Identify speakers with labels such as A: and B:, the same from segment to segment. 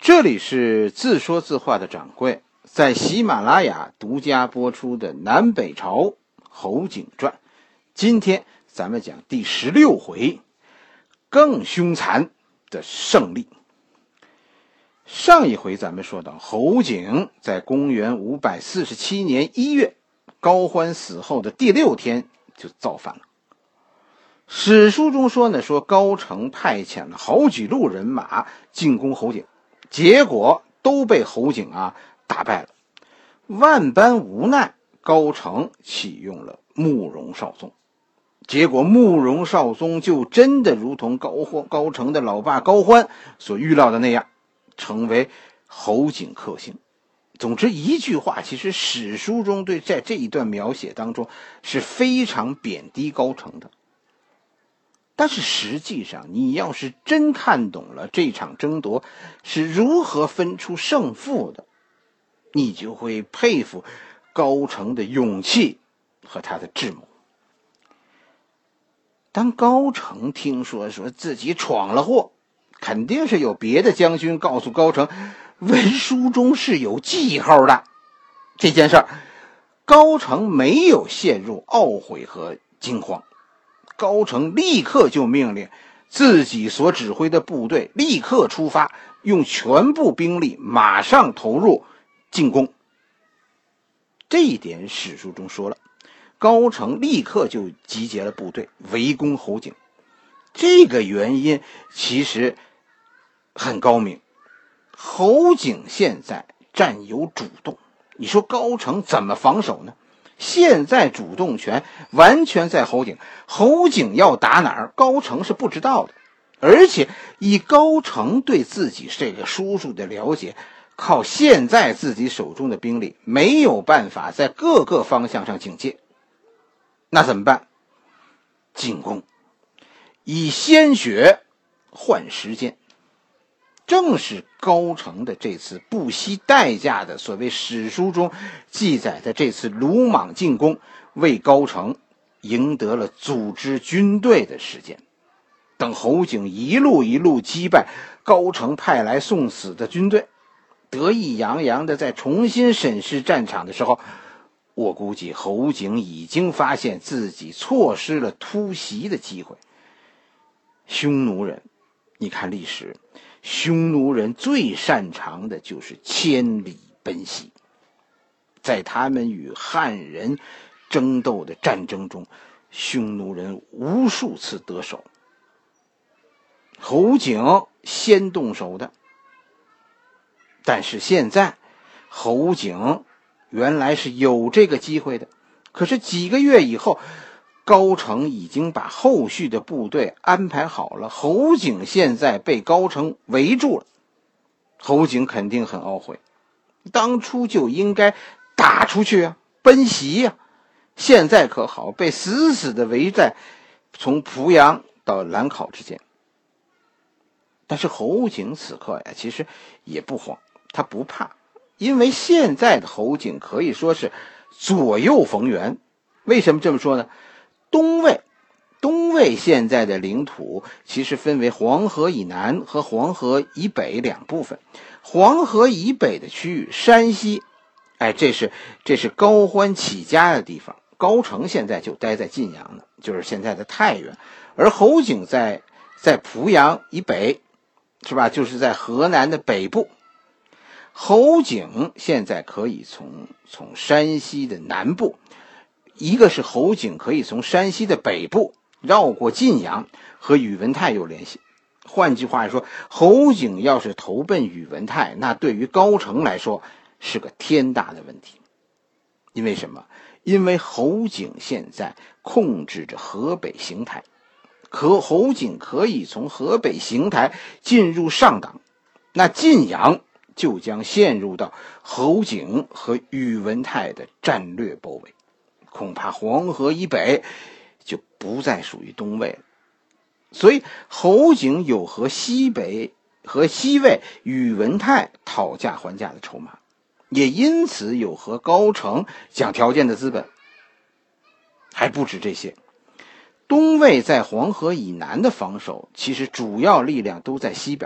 A: 这里是自说自话的掌柜，在喜马拉雅独家播出的南北朝侯景传。今天咱们讲第16回，更凶残的胜利。上一回咱们说到，侯景在公元547年1月，高欢死后的第6天就造反了。史书中说高澄派遣了好几路人马进攻侯景，结果都被侯景打败了。万般无奈，高澄启用了慕容绍宗。结果慕容绍宗就真的如同高澄的老爸高欢所预料的那样，成为侯景克星。总之一句话，其实史书中在这一段描写当中是非常贬低高澄的。但是实际上，你要是真看懂了这场争夺是如何分出胜负的，你就会佩服高澄的勇气和他的智谋。当高澄听说自己闯了祸，肯定是有别的将军告诉高澄，文书中是有记号的。这件事儿，高澄没有陷入懊悔和惊慌。高澄立刻就命令自己所指挥的部队立刻出发，用全部兵力马上投入进攻。这一点史书中说了，高澄立刻就集结了部队围攻侯景。这个原因其实很高明，侯景现在占有主动，你说高澄怎么防守呢？现在主动权完全在侯景，侯景要打哪儿，高澄是不知道的。而且以高澄对自己这个叔叔的了解，靠现在自己手中的兵力没有办法在各个方向上警戒。那怎么办？进攻，以鲜血换时间。正是高澄的这次不惜代价的所谓史书中记载的这次鲁莽进攻，为高澄赢得了组织军队的时间。等侯景一路击败高澄派来送死的军队，得意洋洋的再重新审视战场的时候，我估计侯景已经发现自己错失了突袭的机会。匈奴人，你看历史，匈奴人最擅长的就是千里奔袭。在他们与汉人争斗的战争中，匈奴人无数次得手。侯景先动手的，但是现在侯景原来是有这个机会的。可是几个月以后，高澄已经把后续的部队安排好了，侯景现在被高澄围住了。侯景肯定很懊悔，当初就应该打出去奔袭现在可好，被死死的围在从濮阳到兰考之间。但是侯景此刻其实也不慌，他不怕，因为现在的侯景可以说是左右逢源。为什么这么说呢？东魏现在的领土其实分为黄河以南和黄河以北两部分。黄河以北的区域，山西，这是高欢起家的地方。高澄现在就待在晋阳呢，就是现在的太原。而侯景在濮阳以北，是吧？就是在河南的北部。侯景现在可以从山西的南部，一个是侯景可以从山西的北部绕过晋阳和宇文泰有联系。换句话说，侯景要是投奔宇文泰，那对于高澄来说是个天大的问题。因为什么？因为侯景现在控制着河北邢台，侯景可以从河北邢台进入上党，那晋阳就将陷入到侯景和宇文泰的战略包围，恐怕黄河以北就不再属于东魏了。所以侯景有和西魏宇文泰讨价还价的筹码，也因此有和高澄讲条件的资本。还不止这些，东魏在黄河以南的防守其实主要力量都在西边，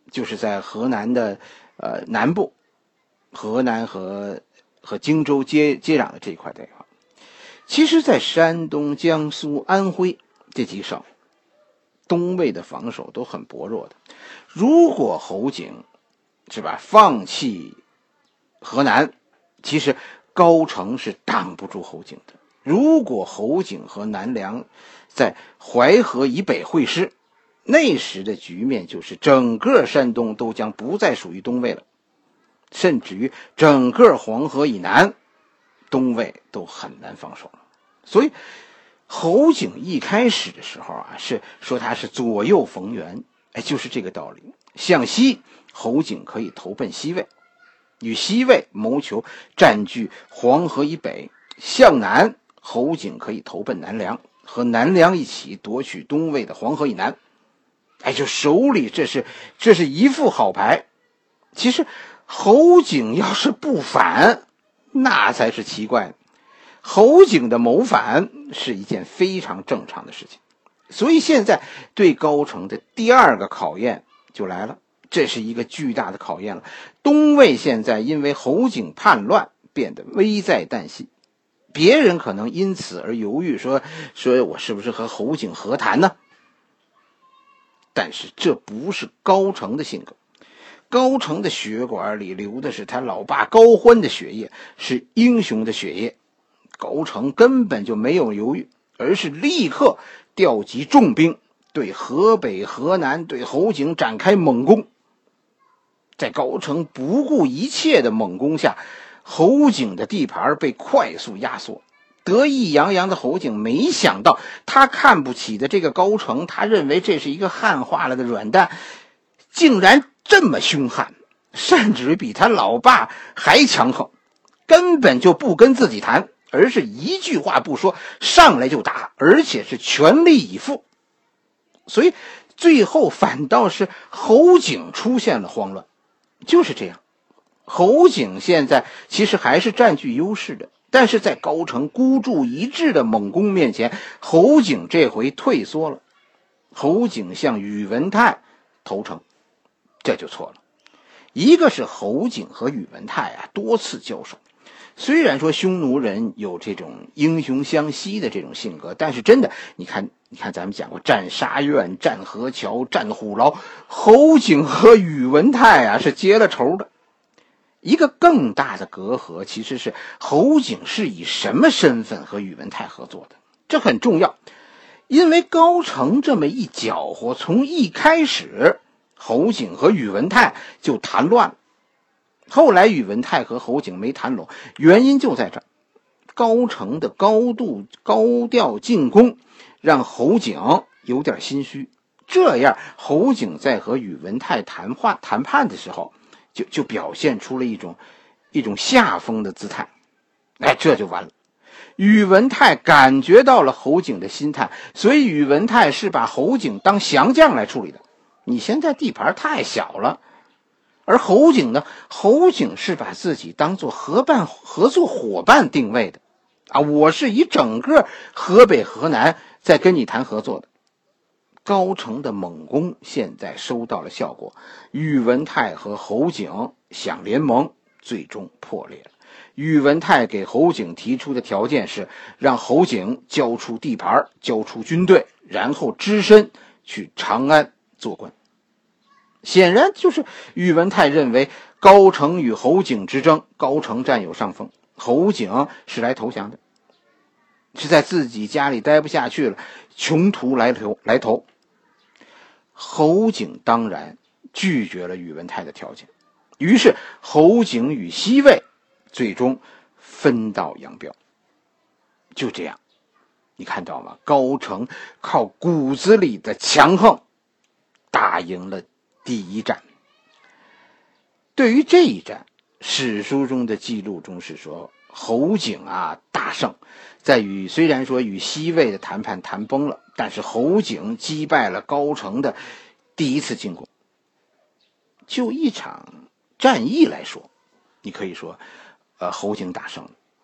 A: 就是在河南的南部，河南和荆州接壤的这一块地方。其实在山东、江苏、安徽这几省，东魏的防守都很薄弱的。如果侯景是吧放弃河南，其实高城是挡不住侯景的。如果侯景和南梁在淮河以北会师，那时的局面就是整个山东都将不再属于东魏了，甚至于整个黄河以南，东魏都很难防守了。所以侯景一开始的时候啊，是说他是左右逢源，就是这个道理。向西，侯景可以投奔西魏，与西魏谋求占据黄河以北；向南，侯景可以投奔南梁，和南梁一起夺取东魏的黄河以南。就手里这是一副好牌。其实侯景要是不反，那才是奇怪的。侯景的谋反是一件非常正常的事情，所以现在对高城的第二个考验就来了，这是一个巨大的考验了。东魏现在因为侯景叛乱变得危在旦夕，别人可能因此而犹豫，说我是不是和侯景和谈呢？但是这不是高城的性格。高城的血管里流的是他老爸高欢的血液，是英雄的血液。高城根本就没有犹豫，而是立刻调集重兵，对河北、河南、对侯景展开猛攻。在高城不顾一切的猛攻下，侯景的地盘被快速压缩。得意洋洋的侯景没想到，他看不起的这个高城，他认为这是一个汉化了的软蛋，竟然这么凶悍，甚至比他老爸还强横，根本就不跟自己谈，而是一句话不说，上来就打，而且是全力以赴。所以最后反倒是侯景出现了慌乱。就是这样，侯景现在其实还是占据优势的，但是在高城孤注一掷的猛攻面前，侯景这回退缩了。侯景向宇文泰投诚，这就错了。一个是侯景和宇文泰多次交手，虽然说匈奴人有这种英雄相惜的这种性格，但是真的你看咱们讲过战沙苑、战河桥、战虎牢，侯景和宇文泰是结了仇的。一个更大的隔阂其实是侯景是以什么身份和宇文泰合作的，这很重要。因为高城这么一搅和，从一开始侯景和宇文泰就谈乱了。后来宇文泰和侯景没谈拢，原因就在这儿。高城的高调进攻让侯景有点心虚，这样侯景在和宇文泰谈判的时候就表现出了一种下风的姿态。这就完了。宇文泰感觉到了侯景的心态，所以宇文泰是把侯景当降将来处理的。你现在地盘太小了。而侯景呢，侯景是把自己当作合作伙伴定位的我是以整个河北河南在跟你谈合作的。高城的猛攻现在收到了效果，宇文泰和侯景想联盟，最终破裂了。宇文泰给侯景提出的条件是让侯景交出地盘，交出军队，然后只身去长安做官。显然就是宇文泰认为高城与侯景之争，高城占有上风，侯景是来投降的，是在自己家里待不下去了，穷途来投。侯景当然拒绝了宇文泰的条件，于是侯景与西魏最终分道扬镳。就这样，你看到吗？高城靠骨子里的强横打赢了第一战。对于这一战，史书中的记录中是说侯景大胜，虽然说与西魏的谈判谈崩了，但是侯景击败了高城的第一次进攻。就一场战役来说，你可以说侯景打胜了。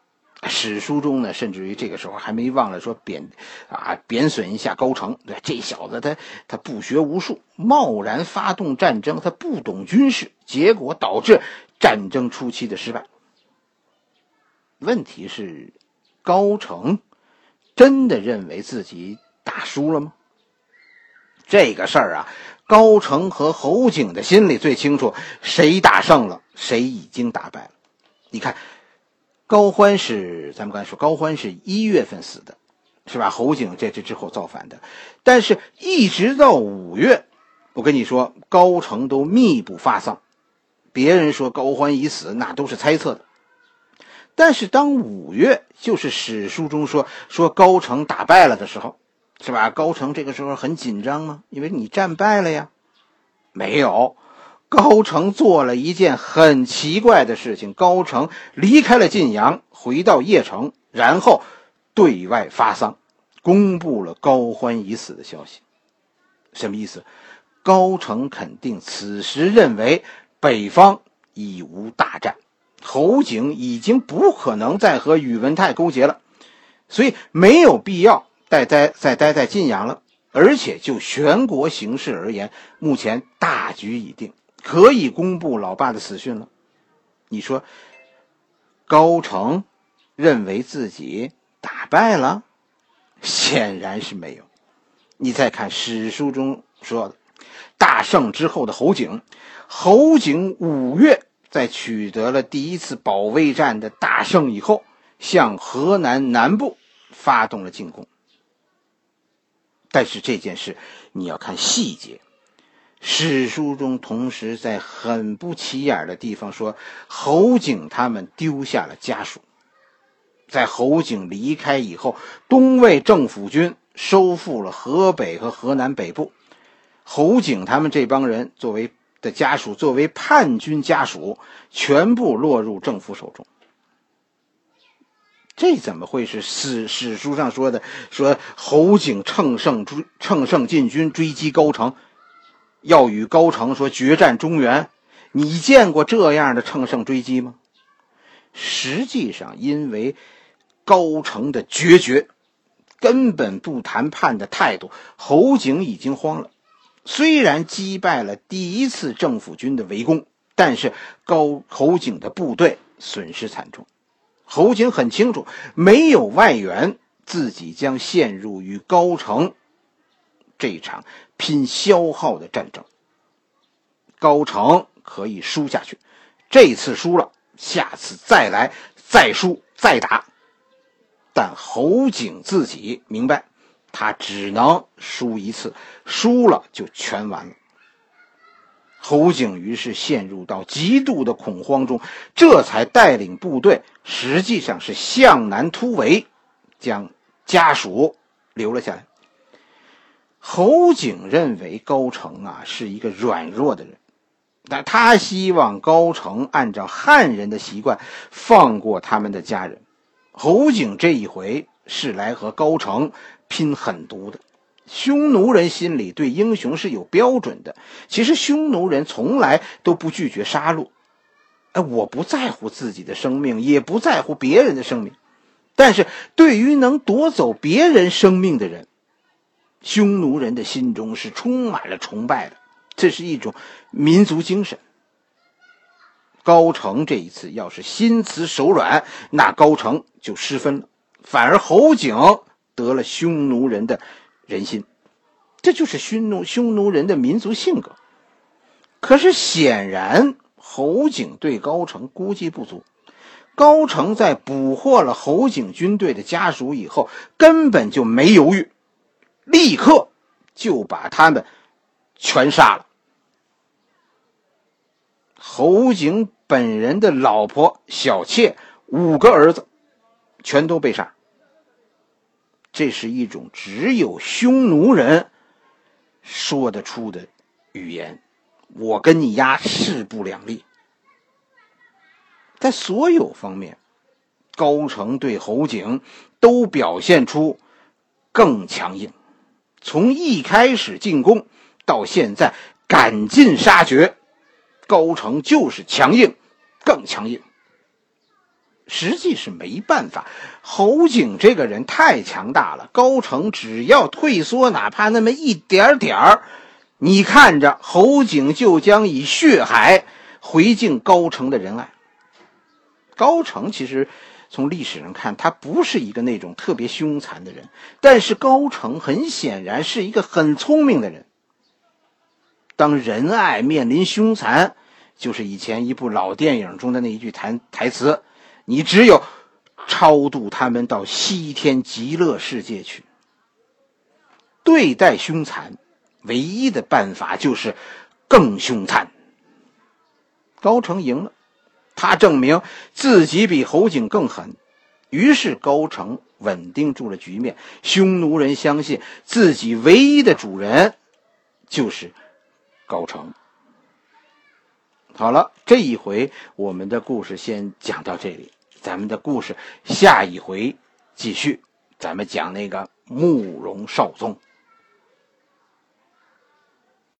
A: 史书中呢，甚至于这个时候还没忘了说贬损一下高澄，对，这小子他不学无术，贸然发动战争，他不懂军事，结果导致战争初期的失败。问题是，高澄真的认为自己打输了吗？这个事儿啊，高澄和侯景的心里最清楚，谁打胜了，谁已经打败了。你看，咱们刚才说高欢是1月份死的，是吧？侯景这之后造反的，但是一直到5月，我跟你说，高澄都密不发丧。别人说高欢已死，那都是猜测的。但是当5月，就是史书中说高澄打败了的时候，是吧？高澄这个时候很紧张吗？因为你战败了呀。没有，高澄做了一件很奇怪的事情。高澄离开了晋阳，回到邺城，然后对外发丧，公布了高欢已死的消息。什么意思？高澄肯定此时认为北方已无大战，侯景已经不可能再和宇文泰勾结了，所以没有必要再待在晋阳了。而且就全国形势而言，目前大局已定，可以公布老爸的死讯了。你说高澄认为自己打败了？显然是没有。你再看史书中说的，大胜之后的侯景5月在取得了第一次保卫战的大胜以后，向河南南部发动了进攻。但是这件事你要看细节，史书中同时在很不起眼的地方说，侯景他们丢下了家属。在侯景离开以后，东魏政府军收复了河北和河南北部，侯景他们这帮人作为叛军家属，全部落入政府手中。这怎么会是史书上说的，说侯景乘胜进军追击高澄，要与高澄说决战中原？你见过这样的乘胜追击吗？实际上因为高澄的决绝，根本不谈判的态度，侯景已经慌了。虽然击败了第一次政府军的围攻，但是侯景的部队损失惨重。侯景很清楚，没有外援，自己将陷入与高澄这场拼消耗的战争。高澄可以输下去，这次输了，下次再来，再输再打。但侯景自己明白，他只能输一次，输了就全完了。侯景于是陷入到极度的恐慌中，这才带领部队，实际上是向南突围，将家属留了下来。侯景认为高澄是一个软弱的人，但他希望高澄按照汉人的习惯放过他们的家人。侯景这一回是来和高澄拼狠毒的。匈奴人心里对英雄是有标准的，其实匈奴人从来都不拒绝杀戮。我不在乎自己的生命，也不在乎别人的生命，但是对于能夺走别人生命的人，匈奴人的心中是充满了崇拜的，这是一种民族精神。高澄这一次要是心慈手软，那高澄就失分了，反而侯景得了匈奴人的人心，这就是匈奴人的民族性格。可是显然侯景对高澄估计不足，高澄在捕获了侯景军队的家属以后，根本就没犹豫，立刻就把他们全杀了。侯景本人的老婆小妾5个儿子全都被杀。这是一种只有匈奴人说得出的语言，我跟你势不两立。在所有方面，高澄对侯景都表现出更强硬，从一开始进攻到现在赶尽杀绝，高澄就是强硬，更强硬。 实际是没办法，侯景这个人太强大了，高澄只要退缩哪怕那么一点点儿，你看着侯景就将以血海回敬高澄的仁爱。高澄其实从历史上看，他不是一个那种特别凶残的人，但是高澄很显然是一个很聪明的人。当仁爱面临凶残，就是以前一部老电影中的那一句台词，你只有超度他们到西天极乐世界去。对待凶残，唯一的办法就是更凶残。高澄赢了，他证明自己比侯景更狠，于是高澄稳定住了局面，匈奴人相信自己唯一的主人就是高澄。好了，这一回我们的故事先讲到这里，咱们的故事下一回继续，咱们讲那个慕容绍宗。